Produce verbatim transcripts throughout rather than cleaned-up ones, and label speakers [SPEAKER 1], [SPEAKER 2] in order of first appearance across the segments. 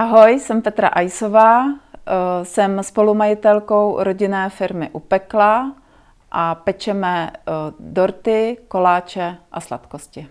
[SPEAKER 1] Ahoj, jsem Petra Ajsová, jsem spolumajitelkou rodinné firmy Upekla a pečeme dorty, koláče a sladkosti.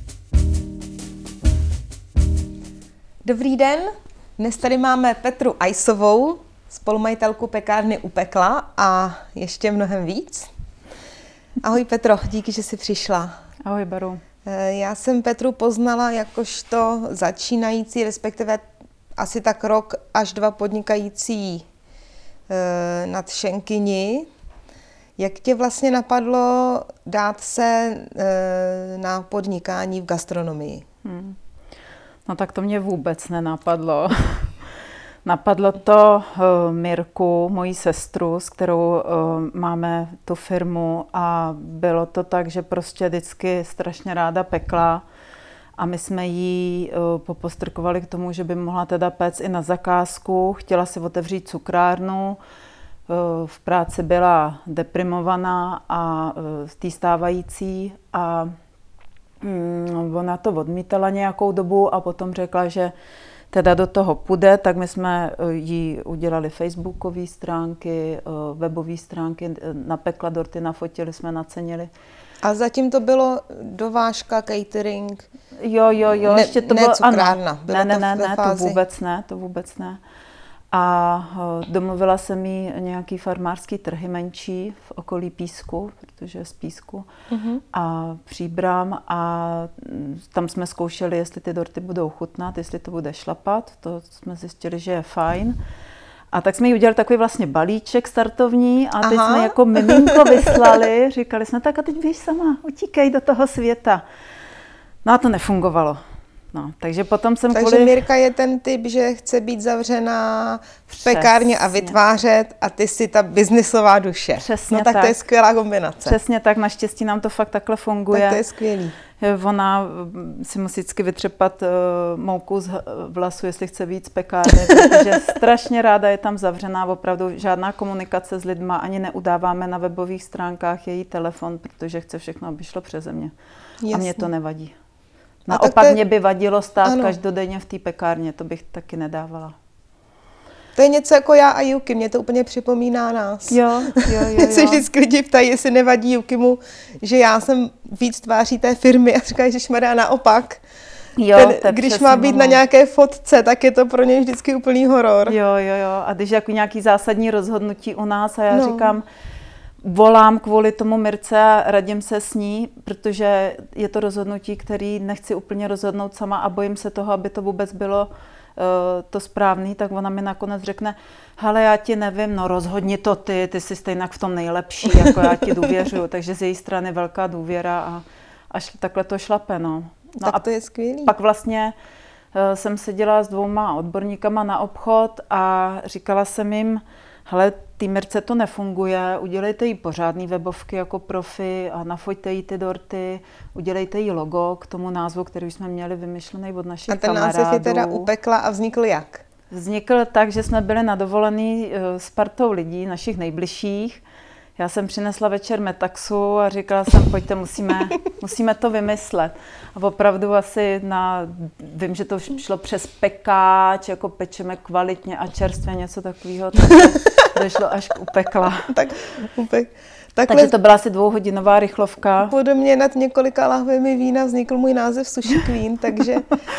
[SPEAKER 2] Dobrý den, dnes tady máme Petru Ajsovou, spolumajitelku pekárny Upekla a ještě mnohem víc. Ahoj Petro, díky, že jsi přišla.
[SPEAKER 1] Ahoj Baru.
[SPEAKER 2] Já jsem Petru poznala jakožto začínající, respektive asi tak rok až dva podnikající e, nadšenkyni. Jak tě vlastně napadlo dát se e, na podnikání v gastronomii? Hmm.
[SPEAKER 1] No tak to mě vůbec nenapadlo. Napadlo to uh, Mirku, moji sestru, s kterou uh, máme tu firmu a bylo to tak, že prostě vždycky strašně ráda pekla a my jsme jí uh, popostrkovali k tomu, že by mohla teda péct i na zakázku. Chtěla si otevřít cukrárnu, uh, v práci byla deprimovaná a uh, z té stávající a um, ona to odmítala nějakou dobu a potom řekla, že teda do toho půjde, tak my jsme jí udělali facebookové stránky, webové stránky, napekla dorty, nafotili jsme, nacenili.
[SPEAKER 2] A zatím to bylo dovážka, catering?
[SPEAKER 1] Jo, jo, jo,
[SPEAKER 2] ne,
[SPEAKER 1] ještě to
[SPEAKER 2] ne
[SPEAKER 1] bylo,
[SPEAKER 2] cukrárna,
[SPEAKER 1] ano.
[SPEAKER 2] Bylo
[SPEAKER 1] ne, ne,
[SPEAKER 2] to
[SPEAKER 1] ne, ne, to
[SPEAKER 2] fázi.
[SPEAKER 1] vůbec ne, to vůbec ne. A domluvila jsem jí nějaký farmářský trhy menší v okolí Písku, protože je z Písku, uh-huh. a Příbram a tam jsme zkoušeli, jestli ty dorty budou chutnat, jestli to bude šlapat, to jsme zjistili, že je fajn. A tak jsme jí udělali takový vlastně balíček startovní a teď Aha. jsme jako miminko vyslali, říkali jsme, tak a teď běž sama, utíkej do toho světa. No a to nefungovalo. No, takže potom jsem
[SPEAKER 2] Takže
[SPEAKER 1] kvůli...
[SPEAKER 2] Mirka je ten typ, že chce být zavřená v pekárně a vytvářet a ty si ta biznisová duše.
[SPEAKER 1] Přesně
[SPEAKER 2] no tak, tak to je skvělá kombinace.
[SPEAKER 1] Přesně tak, naštěstí nám to fakt takhle funguje.
[SPEAKER 2] Tak to je skvělý.
[SPEAKER 1] Ona si musí vždycky vytřepat uh, mouku z vlasu, jestli chce víc pekárny, protože strašně ráda je tam zavřená, opravdu žádná komunikace s lidma, ani neudáváme na webových stránkách její telefon, protože chce všechno, aby šlo přeze mě. Jasně. A mě to nevadí. Naopak je... mě by vadilo stát ano. každodenně v té pekárně, to bych taky nedávala.
[SPEAKER 2] To je něco jako já a Juki, mě to úplně připomíná nás.
[SPEAKER 1] Jo, jo, jo.
[SPEAKER 2] Se vždycky lidi ptají, jestli nevadí Jukimu, že já jsem víc tváří té firmy a říkají, ježišmarja, naopak.
[SPEAKER 1] Jo,
[SPEAKER 2] Ten, když má být ono. Na nějaké fotce, tak je to pro ně vždycky úplný horor.
[SPEAKER 1] Jo, jo, jo. A když jako nějaký zásadní rozhodnutí u nás a já no. říkám, volám kvůli tomu Mirce a radím se s ní, protože je to rozhodnutí, který nechci úplně rozhodnout sama a bojím se toho, aby to vůbec bylo uh, to správný, tak ona mi nakonec řekne, hele, já ti nevím, no rozhodni to ty, ty jsi stejně v tom nejlepší, jako já ti důvěřuju, takže z její strany velká důvěra a až takhle to šlape, no. no
[SPEAKER 2] tak
[SPEAKER 1] a
[SPEAKER 2] to je skvělý.
[SPEAKER 1] Pak vlastně uh, jsem seděla s dvouma odborníkama na obchod a říkala jsem jim, hele, té Mirce to nefunguje, udělejte jí pořádný webovky jako profi a nafoťte jí ty dorty, udělejte jí logo k tomu názvu, který jsme měli vymyšlený od našich kamarádů. A ten
[SPEAKER 2] název je teda Upekla a vznikl jak?
[SPEAKER 1] Vznikl tak, že jsme byli na dovolený s partou lidí, našich nejbližších. Já jsem přinesla večer metaxu a říkala jsem, pojďte, musíme, musíme to vymyslet. A opravdu asi na, vím, že to šlo přes pekáč, jako pečeme kvalitně a čerstvě, něco takového, tak došlo až k Upekla.
[SPEAKER 2] tak, upek. Takhle,
[SPEAKER 1] Takže to byla asi dvouhodinová rychlovka.
[SPEAKER 2] Podobně nad několika lahvemi vína vznikl můj název Sushi Queen, takže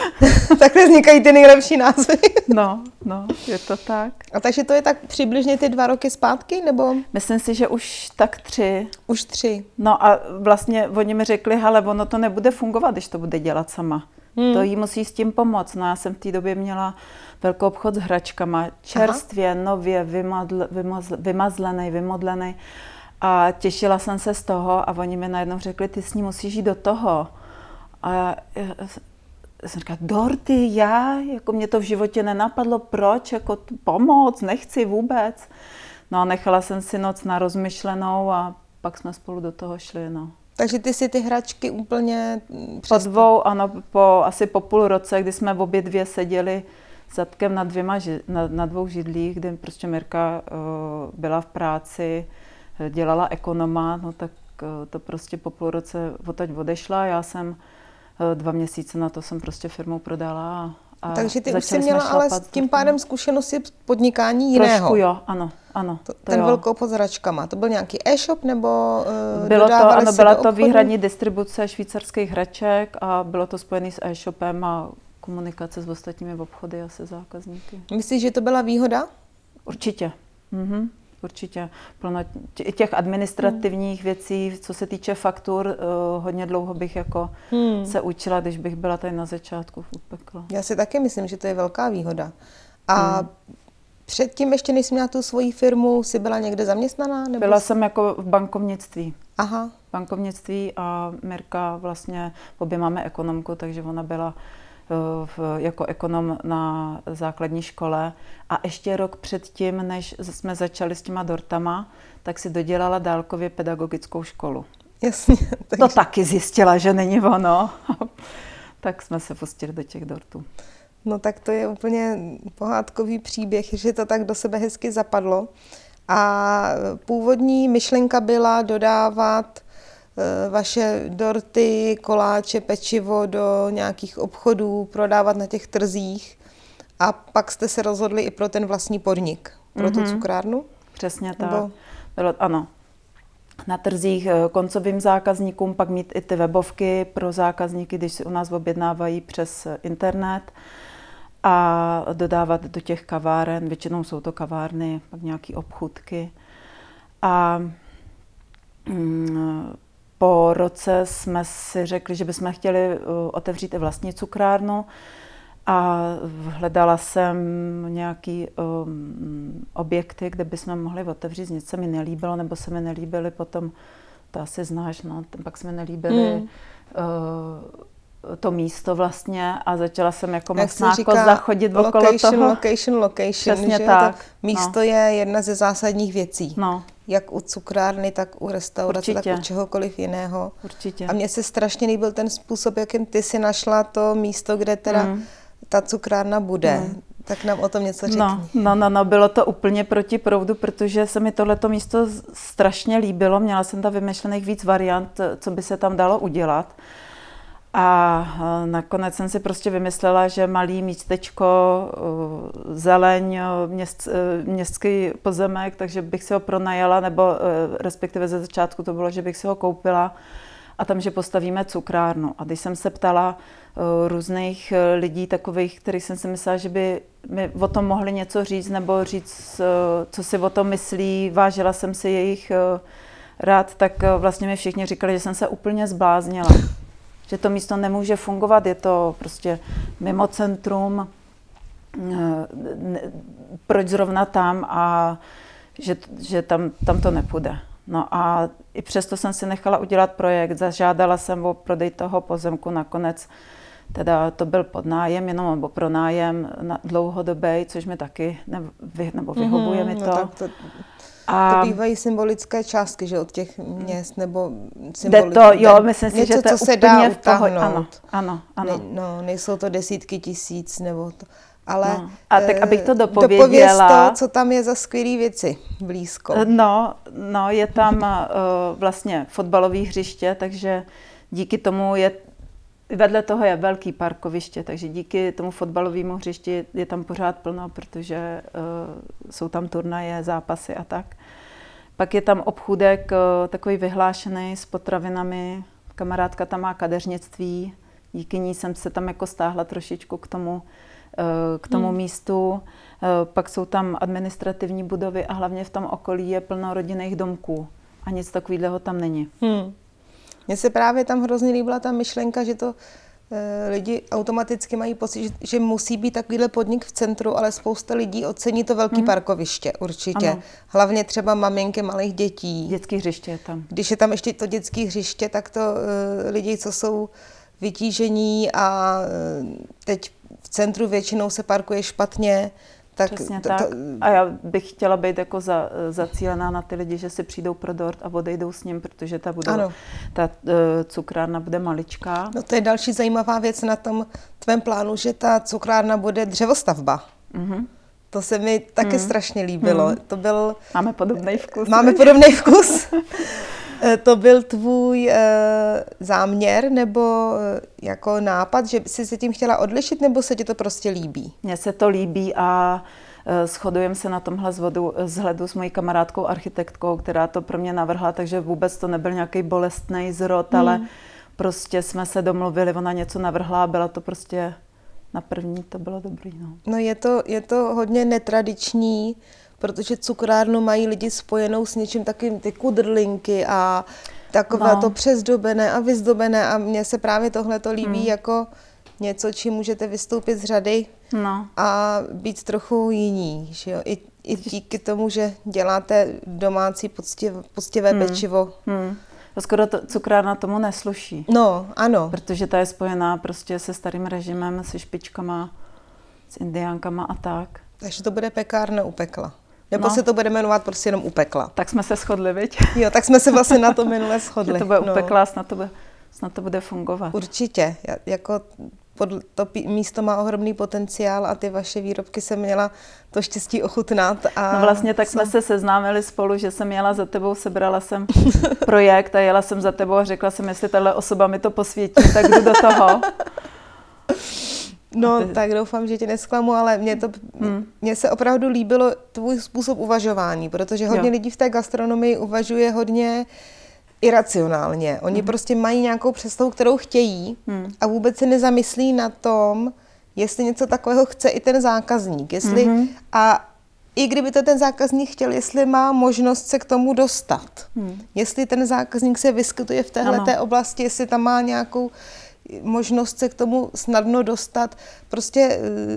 [SPEAKER 2] takhle vznikají ty nejlepší názvy.
[SPEAKER 1] No, no, je to tak.
[SPEAKER 2] A takže to je tak přibližně ty dva roky zpátky, nebo?
[SPEAKER 1] Myslím si, že už tak tři.
[SPEAKER 2] Už tři.
[SPEAKER 1] No a vlastně oni mi řekli, hele, ono to nebude fungovat, když to bude dělat sama. Hmm. To jí musí s tím pomoct. No já jsem v té době měla velký obchod s hračkama, čerstvě, Aha. nově, vymadl, vymazl, vymazlený, vymodlený. A těšila jsem se z toho a oni mi najednou řekli, ty s ní musíš jít do toho. A já, já jsem říkala, dorty, já? Jako mě to v životě nenapadlo, proč? Jako pomoc, nechci vůbec. No a nechala jsem si noc na rozmyšlenou a pak jsme spolu do toho šli, no.
[SPEAKER 2] Takže ty si ty hračky úplně
[SPEAKER 1] přestal. Po dvou, ano, po, asi po půl roce, kdy jsme obě dvě seděli zadkem na, dvěma, na, na dvou židlích, kde prostě Mirka uh, byla v práci, dělala ekonoma, no tak uh, to prostě po půl roce odtaď odešla. Já jsem uh, dva měsíce na to jsem prostě firmu prodala a, A
[SPEAKER 2] takže ty už jsi
[SPEAKER 1] začali jsme
[SPEAKER 2] měla ale s
[SPEAKER 1] šlapat
[SPEAKER 2] tím
[SPEAKER 1] do
[SPEAKER 2] pádem zkušenosti s podnikání jiného.
[SPEAKER 1] Trošku jo, ano, ano.
[SPEAKER 2] To,
[SPEAKER 1] to
[SPEAKER 2] ten
[SPEAKER 1] jo.
[SPEAKER 2] velkou pod zračkama. To byl nějaký e-shop nebo uh,
[SPEAKER 1] Bylo to,
[SPEAKER 2] dodávali
[SPEAKER 1] ano,
[SPEAKER 2] si
[SPEAKER 1] byla
[SPEAKER 2] do
[SPEAKER 1] to
[SPEAKER 2] obchodu?
[SPEAKER 1] výhradní distribuce švýcarských hraček a bylo to spojené s e-shopem a komunikace s ostatními obchody a se zákazníky.
[SPEAKER 2] Myslíš, že to byla výhoda?
[SPEAKER 1] Určitě. Mhm. Určitě. Plno těch administrativních hmm. věcí, co se týče faktur, uh, hodně dlouho bych jako hmm. se učila, když bych byla tady na začátku v upekla.
[SPEAKER 2] Já si taky myslím, že to je velká výhoda. A hmm. předtím, ještě než jsi měla tu svoji firmu, jsi byla někde zaměstnaná? Nebo
[SPEAKER 1] byla
[SPEAKER 2] jsi...
[SPEAKER 1] jsem jako v bankovnictví.
[SPEAKER 2] Aha.
[SPEAKER 1] Bankovnictví a Mirka vlastně, obě máme ekonomku, takže ona byla v, jako ekonom na základní škole a ještě rok předtím, než jsme začali s těma dortama, tak si dodělala dálkově pedagogickou školu.
[SPEAKER 2] Jasně.
[SPEAKER 1] Takže... To taky zjistila, že není ono. Tak jsme se pustili do těch dortů.
[SPEAKER 2] No tak to je úplně pohádkový příběh, že to tak do sebe hezky zapadlo. A původní myšlenka byla dodávat vaše dorty, koláče, pečivo do nějakých obchodů, prodávat na těch trzích a pak jste se rozhodli i pro ten vlastní podnik, pro mm-hmm. tu cukrárnu?
[SPEAKER 1] Přesně tak. Nebo... Bylo, ano. Na trzích koncovým zákazníkům, pak mít i ty webovky pro zákazníky, když si u nás objednávají přes internet a dodávat do těch kaváren, většinou jsou to kavárny, pak nějaké obchůdky. A mm, po roce jsme si řekli, že bychom chtěli otevřít i vlastní cukrárnu a hledala jsem nějaký um, objekty, kde bychom mohli otevřít. Něco se mi nelíbilo, nebo se mi nelíbily potom, to asi znáš, no, pak se mi nelíbily hmm. uh, to místo vlastně a začala jsem jako masnáko zachodit okolo
[SPEAKER 2] location,
[SPEAKER 1] toho.
[SPEAKER 2] Location, location,
[SPEAKER 1] Přesně
[SPEAKER 2] že
[SPEAKER 1] tak.
[SPEAKER 2] To místo no. je jedna ze zásadních věcí. No. Jak u cukrárny, tak u restaurace, Určitě. tak u čehokoliv jiného.
[SPEAKER 1] Určitě.
[SPEAKER 2] A mně se strašně líbil ten způsob, jakým ty si našla to místo, kde teda mm. ta cukrárna bude. Mm. Tak nám o tom něco řekni.
[SPEAKER 1] No, no, no, no, bylo to úplně proti proudu, protože se mi tohleto místo strašně líbilo. Měla jsem tam vymyšlených víc variant, co by se tam dalo udělat. A nakonec jsem si prostě vymyslela, že malý místečko, zeleň, měst, městský pozemek, takže bych si ho pronajala, nebo respektive ze začátku to bylo, že bych si ho koupila a tam, že postavíme cukrárnu. A když jsem se ptala různých lidí takových, kterých jsem si myslela, že by mi o tom mohli něco říct, nebo říct, co si o tom myslí, vážila jsem si jejich rád, tak vlastně mi všichni říkali, že jsem se úplně zbláznila. Že to místo nemůže fungovat, je to prostě mimo centrum, proč zrovna tam a že, že tam, tam to nepůjde. No a i přesto jsem si nechala udělat projekt, zažádala jsem o prodej toho pozemku, nakonec teda to byl podnájem, jenom nebo pronájem na dlouhodobý, což mi taky nevy, nebo vyhovuje mm-hmm, mi to. No tak to...
[SPEAKER 2] A to bývají symbolické částky, že od těch měst, nebo symbolické.
[SPEAKER 1] To, jo, myslím si,
[SPEAKER 2] něco,
[SPEAKER 1] že to je
[SPEAKER 2] co se dá
[SPEAKER 1] v toho, ano, ano, ano.
[SPEAKER 2] Ne, no, nejsou to desítky tisíc, nebo to, ale
[SPEAKER 1] no. A tak, abych to dopověděla.
[SPEAKER 2] Dopověz to, co tam je za skvělý věci blízko.
[SPEAKER 1] No, no, je tam uh, vlastně fotbalové hřiště, takže díky tomu je, vedle toho je velký parkoviště, takže díky tomu fotbalovému hřišti je tam pořád plno, protože uh, jsou tam turnaje, zápasy a tak. Pak je tam obchůdek uh, takový vyhlášený s potravinami. Kamarádka tam má kadeřnictví, díky ní jsem se tam jako stáhla trošičku k tomu, uh, k tomu hmm. místu. Uh, pak jsou tam administrativní budovy a hlavně v tom okolí je plno rodinných domků a nic takového tam není.
[SPEAKER 2] Hmm. Mně se právě tam hrozně líbila ta myšlenka, že to e, lidi automaticky mají pocit, že, že musí být takovýhle podnik v centru, ale spousta lidí ocení to velký mm. parkoviště určitě. Ano. Hlavně třeba maminky malých dětí.
[SPEAKER 1] Dětské hřiště je tam.
[SPEAKER 2] Když je tam ještě to dětské hřiště, tak to e, lidi, co jsou vytížení a e, teď v centru většinou se parkuje špatně, tak,
[SPEAKER 1] Přesně
[SPEAKER 2] to,
[SPEAKER 1] tak.
[SPEAKER 2] To...
[SPEAKER 1] A já bych chtěla být jako za, zacílená na ty lidi, že si přijdou pro dort a odejdou s ním, protože ta, budou, ta uh, cukrárna bude maličká.
[SPEAKER 2] No to je další zajímavá věc na tom tvém plánu, že ta cukrárna bude dřevostavba. Mm-hmm. To se mi taky mm. strašně líbilo. Mm. To byl...
[SPEAKER 1] Máme podobný vkus.
[SPEAKER 2] Máme podobný vkus. To byl tvůj e, záměr nebo e, jako nápad, že jsi se tím chtěla odlišit, nebo se ti to prostě líbí?
[SPEAKER 1] Mně se to líbí a e, shodujeme se na tomhle zvodu, vzhledu s mojí kamarádkou architektkou, která to pro mě navrhla, takže vůbec to nebyl nějaký bolestný zrod, hmm. ale prostě jsme se domluvili, ona něco navrhla a byla to prostě na první, to bylo dobrý. No,
[SPEAKER 2] no je, to, je to hodně netradiční, protože cukrárnu mají lidi spojenou s něčím takovým, ty kudrlinky a takové no. to přezdobené a vyzdobené a mně se právě tohle to líbí hmm. jako něco, čím můžete vystoupit z řady
[SPEAKER 1] no.
[SPEAKER 2] a být trochu jiní. Že jo? I, I díky tomu, že děláte domácí poctiv, poctivé hmm. pečivo.
[SPEAKER 1] Hmm. To skoro to, cukrárna tomu nesluší.
[SPEAKER 2] No, ano.
[SPEAKER 1] Protože ta je spojená prostě se starým režimem, se špičkama, s indiánkama a tak.
[SPEAKER 2] Takže to bude pekárna u pekla. Nebo
[SPEAKER 1] no.
[SPEAKER 2] se to bude jmenovat prostě jenom u pekla.
[SPEAKER 1] Tak jsme se shodli, viď?
[SPEAKER 2] Jo, tak jsme se vlastně na to minule shodli.
[SPEAKER 1] Že to bude
[SPEAKER 2] no.
[SPEAKER 1] u pekla, snad to bude, snad to bude fungovat.
[SPEAKER 2] Určitě. Já, jako pod, to místo má ohromný potenciál a ty vaše výrobky jsem měla to štěstí ochutnat. A
[SPEAKER 1] no vlastně tak
[SPEAKER 2] co?
[SPEAKER 1] jsme se seznámili spolu, že jsem jela za tebou, sebrala jsem projekt a jela jsem za tebou a řekla jsem, jestli tahle osoba mi to posvětí, tak jdu do toho.
[SPEAKER 2] No, tak doufám, že tě nesklamu, ale mně to, hmm. mně se opravdu líbilo tvůj způsob uvažování, protože hodně jo. lidí v té gastronomii uvažuje hodně iracionálně. Oni hmm. prostě mají nějakou představu, kterou chtějí hmm. a vůbec se nezamyslí na tom, jestli něco takového chce i ten zákazník. Jestli, hmm. a i kdyby to ten zákazník chtěl, jestli má možnost se k tomu dostat. Hmm. Jestli ten zákazník se vyskytuje v téhleté oblasti, jestli tam má nějakou možnost se k tomu snadno dostat. Prostě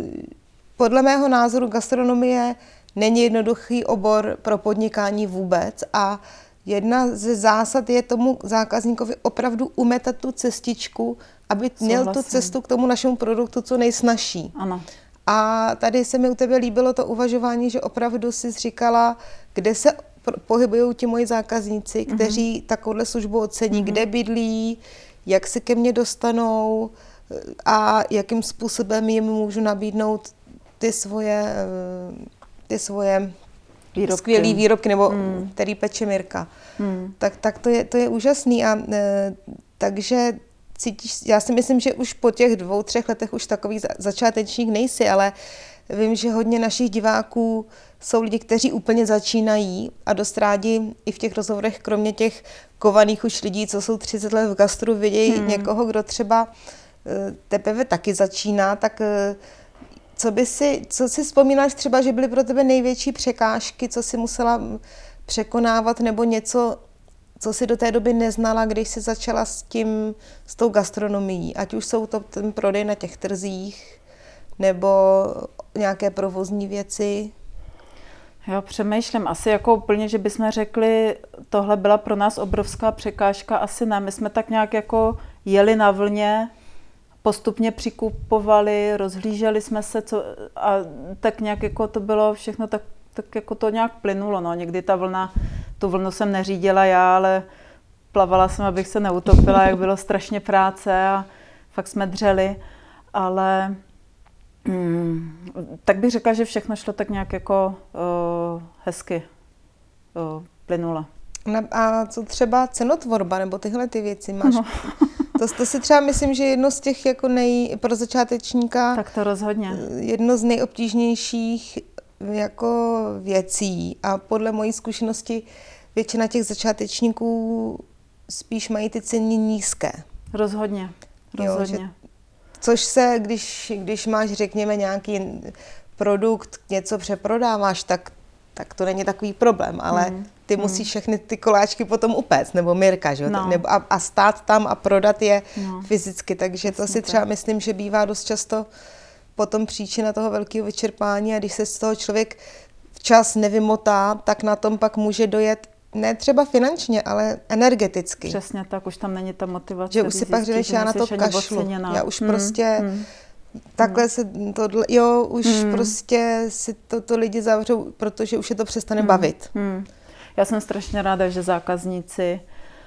[SPEAKER 2] podle mého názoru gastronomie není jednoduchý obor pro podnikání vůbec a jedna ze zásad je tomu zákazníkovi opravdu umetat tu cestičku, aby měl Souhlasím. tu cestu k tomu našemu produktu co nejsnažší.
[SPEAKER 1] Ano.
[SPEAKER 2] A tady se mi u tebe líbilo to uvažování, že opravdu jsi říkala, kde se pohybují ti moji zákazníci, kteří mm-hmm. takovouhle službu ocení, mm-hmm. kde bydlí, jak se ke mně dostanou a jakým způsobem jim můžu nabídnout ty svoje, ty svoje
[SPEAKER 1] výrobky.
[SPEAKER 2] skvělý výrobky, nebo
[SPEAKER 1] mm.
[SPEAKER 2] který peče Mirka.
[SPEAKER 1] Mm.
[SPEAKER 2] Tak, tak to, je, to je úžasný. A, e, takže cítíš, já si myslím, že už po těch dvou, třech letech už takový začátečník nejsi, ale vím, že hodně našich diváků jsou lidi, kteří úplně začínají a dost rádi i v těch rozhovorech, kromě těch kovaných už lidí, co jsou třicet let v gastru, vidějí hmm. někoho, kdo třeba teprve taky začíná, tak co by si, co si vzpomínáš třeba, že byly pro tebe největší překážky, co si musela překonávat, nebo něco, co si do té doby neznala, když jsi začala s tím, s tou gastronomií, ať už jsou to ten prodej na těch trzích, nebo nějaké provozní věci?
[SPEAKER 1] Jo, přemýšlím. Asi jako úplně, že bychom řekli, tohle byla pro nás obrovská překážka, asi ne. My jsme tak nějak jako jeli na vlně, postupně přikupovali, rozhlíželi jsme se, co, a tak nějak jako to bylo všechno, tak, tak jako to nějak plynulo. No. Někdy ta vlna, tu vlnu jsem neřídila já, ale plavala jsem, abych se neutopila, jak bylo strašně práce a fakt jsme dřeli, ale Hmm, tak bych řekla, že všechno šlo tak nějak jako uh, hezky uh, plynule.
[SPEAKER 2] A co třeba cenotvorba nebo tyhle ty věci máš? No. To, to si třeba myslím, že jedno z těch jako nej, pro začátečníka
[SPEAKER 1] tak to rozhodně.
[SPEAKER 2] Jedno z nejobtížnějších jako věcí a podle mojí zkušenosti většina těch začátečníků spíš mají ty ceny nízké.
[SPEAKER 1] Rozhodně, rozhodně. Jo,
[SPEAKER 2] což se, když, když máš, řekněme, nějaký produkt, něco přeprodáváš, tak, tak to není takový problém, ale mm. ty mm. musíš všechny ty koláčky potom upéct, nebo Mirka, že? No. Nebo a, a stát tam a prodat je no. fyzicky, takže to si třeba myslím, že bývá dost často potom příčina toho velkého vyčerpání a když se z toho člověk včas nevymotá, tak na tom pak může dojet ne třeba finančně, ale energeticky.
[SPEAKER 1] Přesně tak, už tam není ta motivace.
[SPEAKER 2] Že už si pak řekneš, já na to kašlu. Já už hmm, prostě hmm, takhle hmm. se tohle, jo, už hmm. prostě si to, to lidi zavřou, protože už je to přestane hmm. bavit. Hmm.
[SPEAKER 1] Já jsem strašně ráda, že zákazníci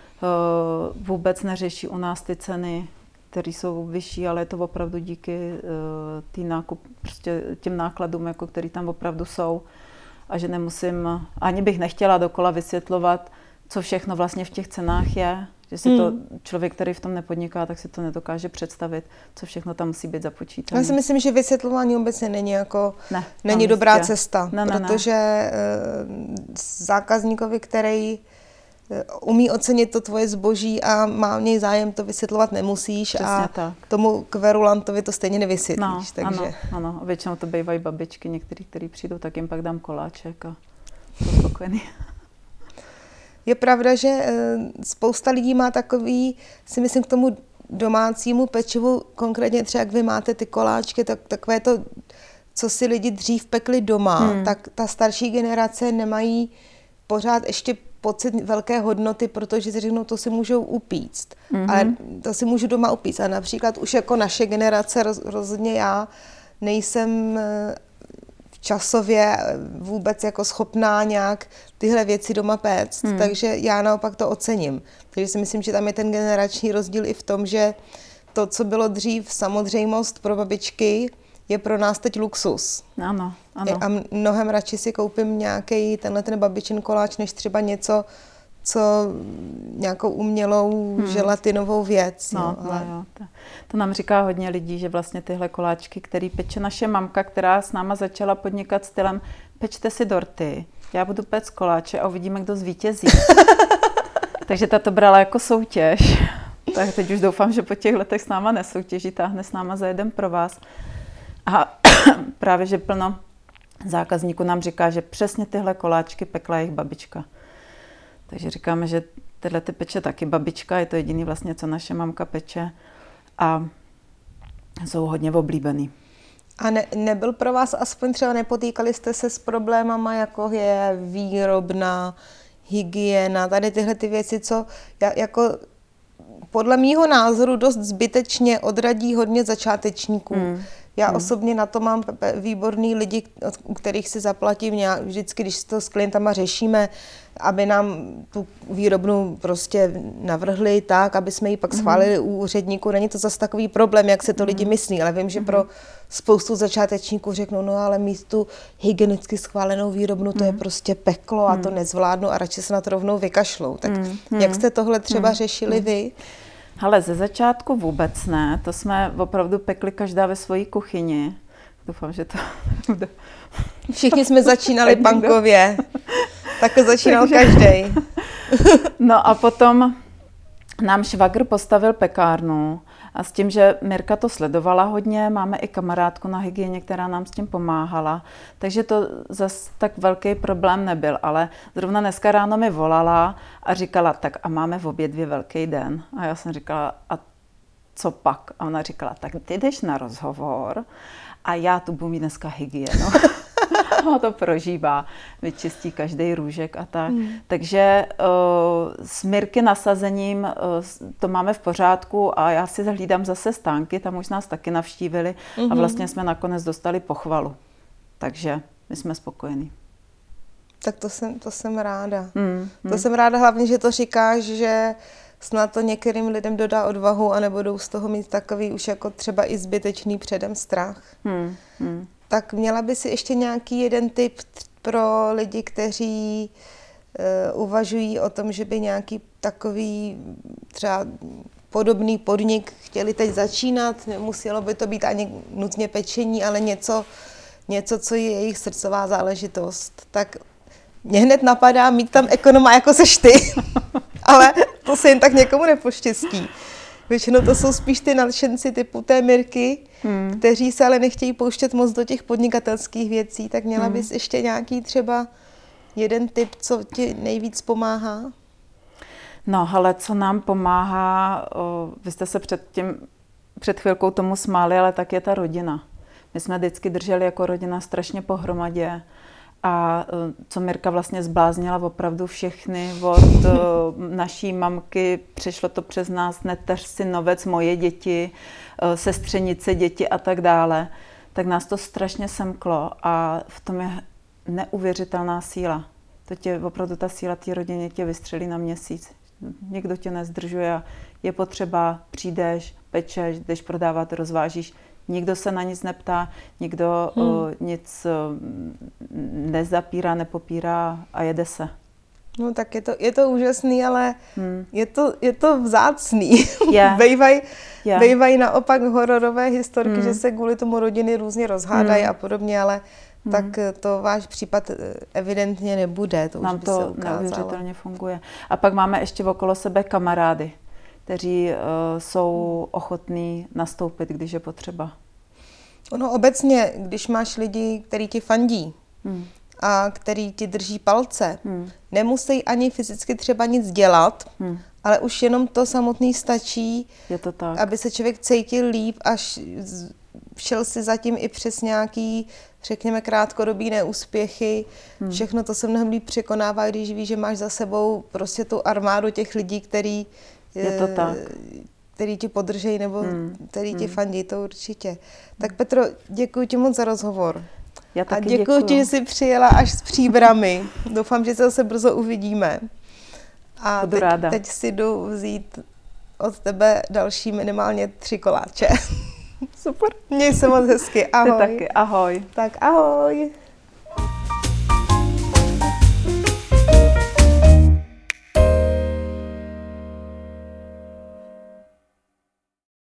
[SPEAKER 1] uh, vůbec neřeší u nás ty ceny, které jsou vyšší, ale je to opravdu díky uh, tý nákup, prostě těm nákladům, jako, který tam opravdu jsou. A že nemusím, ani bych nechtěla dokola vysvětlovat, co všechno vlastně v těch cenách je. Že si hmm. to člověk, který v tom nepodniká, tak si to nedokáže představit, co všechno tam musí být započítané.
[SPEAKER 2] Já si myslím, že vysvětlování obecně není jako
[SPEAKER 1] ne,
[SPEAKER 2] není dobrá místě. cesta,
[SPEAKER 1] ne, ne,
[SPEAKER 2] protože ne. zákazníkovi, který umí ocenit to tvoje zboží a má v něj zájem, to vysvětlovat nemusíš. Přesně a tak. Tomu kverulantovi to stejně nevysvětlíš.
[SPEAKER 1] No,
[SPEAKER 2] takže...
[SPEAKER 1] Ano, ano. A většinou to bývají babičky, některý, který přijdou, tak jim pak dám koláček a jsou spokojený.
[SPEAKER 2] Je pravda, že spousta lidí má takový, si myslím, k tomu domácímu pečivu, konkrétně třeba jak vy máte ty koláčky, tak, takové to, co si lidi dřív pekli doma, hmm. tak ta starší generace nemají pořád ještě pocit velké hodnoty, protože si řeknou, to si můžou upíct. Mm-hmm. Ale to si můžu doma upíct. A například už jako naše generace, roz, rozhodně já, nejsem časově vůbec jako schopná nějak tyhle věci doma péct, hmm. takže já naopak to ocením. Takže si myslím, že tam je ten generační rozdíl i v tom, že to, co bylo dřív samozřejmost pro babičky, je pro nás teď luxus.
[SPEAKER 1] Ano, ano.
[SPEAKER 2] A mnohem radši si koupím nějaký tenhle ten babičin koláč, než třeba něco, co nějakou umělou hmm. želatinovou věc.
[SPEAKER 1] No,
[SPEAKER 2] jo, ale...
[SPEAKER 1] no jo. To, to nám říká hodně lidí, že vlastně tyhle koláčky, který peče naše mamka, která s náma začala podnikat stylem pečte si dorty, já budu péct koláče a uvidíme, kdo zvítězí. Takže ta to brala jako soutěž. Tak teď už doufám, že po těch letech s náma nesoutěží, táhne s náma za jeden pro vás. A právě, že plno zákazníků nám říká, že přesně tyhle koláčky pekla jejich babička. Takže říkáme, že tyhle ty peče taky babička, je to jediný vlastně, co naše mamka peče a jsou hodně oblíbený.
[SPEAKER 2] A ne, nebyl pro vás aspoň třeba, nepotýkali jste se s problémama, jako je výrobna, hygiena, tady tyhle ty věci, co jako podle mýho názoru dost zbytečně odradí hodně začátečníků. Hmm. Já hmm. osobně na to mám výborný lidi, u kterých si zaplatím nějak, vždycky, když to s klientama řešíme, aby nám tu výrobnu prostě navrhli tak, aby jsme ji pak schválili mm. u úředníků. Není to zase takový problém, jak se to mm. lidi myslí, ale vím, že mm. pro spoustu začátečníků řeknou, no ale mít tu hygienicky schválenou výrobnu, to mm. je prostě peklo a mm. to nezvládnu a radši se na to rovnou vykašlou. Tak mm. jak jste tohle třeba mm. řešili mm. vy?
[SPEAKER 1] Ale ze začátku vůbec ne, to jsme opravdu pekli každá ve své kuchyni. Doufám, že to bude.
[SPEAKER 2] Všichni jsme začínali punkově, tak to začínal každý.
[SPEAKER 1] No a potom nám švagr postavil pekárnu a s tím, že Mirka to sledovala hodně, máme i kamarádku na hygieně, která nám s tím pomáhala, takže to zas tak velký problém nebyl, ale zrovna dneska ráno mi volala a říkala, tak a máme v obědvě velký den. A já jsem říkala, a co pak? A ona říkala, tak ty jdeš na rozhovor a já tu budu mít dneska hygienu. A to prožívá, vyčistí každý růžek a tak. Hmm. Takže uh, s Mirky nasazením uh, to máme v pořádku a já si hlídám zase stánky, tam už nás taky navštívili hmm. a vlastně jsme nakonec dostali pochvalu. Takže my jsme spokojení.
[SPEAKER 2] Tak to jsem, to jsem ráda.
[SPEAKER 1] Hmm.
[SPEAKER 2] To
[SPEAKER 1] Hmm.
[SPEAKER 2] jsem ráda hlavně, že to říkáš, že snad to některým lidem dodá odvahu a nebudou z toho mít takový už jako třeba i zbytečný předem strach.
[SPEAKER 1] Hmm. Hmm.
[SPEAKER 2] Tak měla by si ještě nějaký jeden tip pro lidi, kteří uh, uvažují o tom, že by nějaký takový třeba podobný podnik chtěli teď začínat, nemuselo by to být ani nutně pečení, ale něco, něco, co je jejich srdcová záležitost. Tak mě hned napadá mít tam ekonoma, jako seš ty, ale to se jen tak někomu nepoštěstí. Většinou to jsou spíš ty nadšenci typu té Mirky, hmm. kteří se ale nechtějí pouštět moc do těch podnikatelských věcí, tak měla hmm. bys ještě nějaký třeba jeden tip, co ti nejvíc pomáhá?
[SPEAKER 1] No, ale co nám pomáhá, o, vy jste se před tím, před chvilkou tomu smáli, ale tak je ta rodina. My jsme vždycky drželi jako rodina strašně pohromadě. A co Mirka vlastně zbláznila opravdu všechny od naší mamky, přešlo to přes nás, neteř si novec, moje děti, sestřenice děti a tak dále, tak nás to strašně semklo a v tom je neuvěřitelná síla. To tě, opravdu ta síla té rodině tě vystřelí na měsíc. Nikdo tě nezdržuje a je potřeba, přijdeš, pečeš, jdeš prodávat, rozvážíš. Nikdo se na nic neptá, nikdo hmm. o, nic o, nezapírá, nepopírá a jede se.
[SPEAKER 2] No tak je to, je to úžasný, ale
[SPEAKER 1] Hmm.
[SPEAKER 2] je, to, je to vzácný.
[SPEAKER 1] Je.
[SPEAKER 2] Bejvají
[SPEAKER 1] Je.
[SPEAKER 2] bejvaj naopak hororové historky,
[SPEAKER 1] Hmm.
[SPEAKER 2] že se kvůli tomu rodiny různě rozhádají
[SPEAKER 1] Hmm.
[SPEAKER 2] a podobně, ale
[SPEAKER 1] Hmm.
[SPEAKER 2] tak to váš případ evidentně nebude. To už
[SPEAKER 1] Nám
[SPEAKER 2] by se
[SPEAKER 1] to
[SPEAKER 2] ukázalo.
[SPEAKER 1] neuvěřitelně funguje. A pak máme ještě okolo sebe kamarády, kteří uh, jsou ochotní nastoupit, když je potřeba.
[SPEAKER 2] Ono obecně, když máš lidi, kteří ti fandí,
[SPEAKER 1] Hmm.
[SPEAKER 2] a který ti drží palce,
[SPEAKER 1] Hmm.
[SPEAKER 2] nemusí ani fyzicky třeba nic dělat,
[SPEAKER 1] Hmm.
[SPEAKER 2] ale už jenom to samotný stačí,
[SPEAKER 1] Je to tak.
[SPEAKER 2] aby se člověk cítil líp a š- z- šel si zatím i přes nějaký, řekněme, krátkodobý neúspěchy.
[SPEAKER 1] Hmm.
[SPEAKER 2] Všechno to se mnohem líp překonává, když víš, že máš za sebou prostě tu armádu těch lidí, který,
[SPEAKER 1] Je to tak.
[SPEAKER 2] který ti podržejí nebo
[SPEAKER 1] Hmm.
[SPEAKER 2] který ti
[SPEAKER 1] Hmm.
[SPEAKER 2] fandí, to určitě. Tak Petro, děkuji ti moc za rozhovor.
[SPEAKER 1] Já
[SPEAKER 2] A
[SPEAKER 1] taky
[SPEAKER 2] děkuji
[SPEAKER 1] děkuju.
[SPEAKER 2] ti, že jsi přijela až s Příbrami. Doufám, že se zase brzo uvidíme. A
[SPEAKER 1] Budu
[SPEAKER 2] teď,
[SPEAKER 1] ráda.
[SPEAKER 2] teď si jdu vzít od tebe další minimálně tři koláče.
[SPEAKER 1] Super.
[SPEAKER 2] Měj se moc hezky.
[SPEAKER 1] Ty
[SPEAKER 2] Ahoj.
[SPEAKER 1] taky. Ahoj.
[SPEAKER 2] Tak ahoj.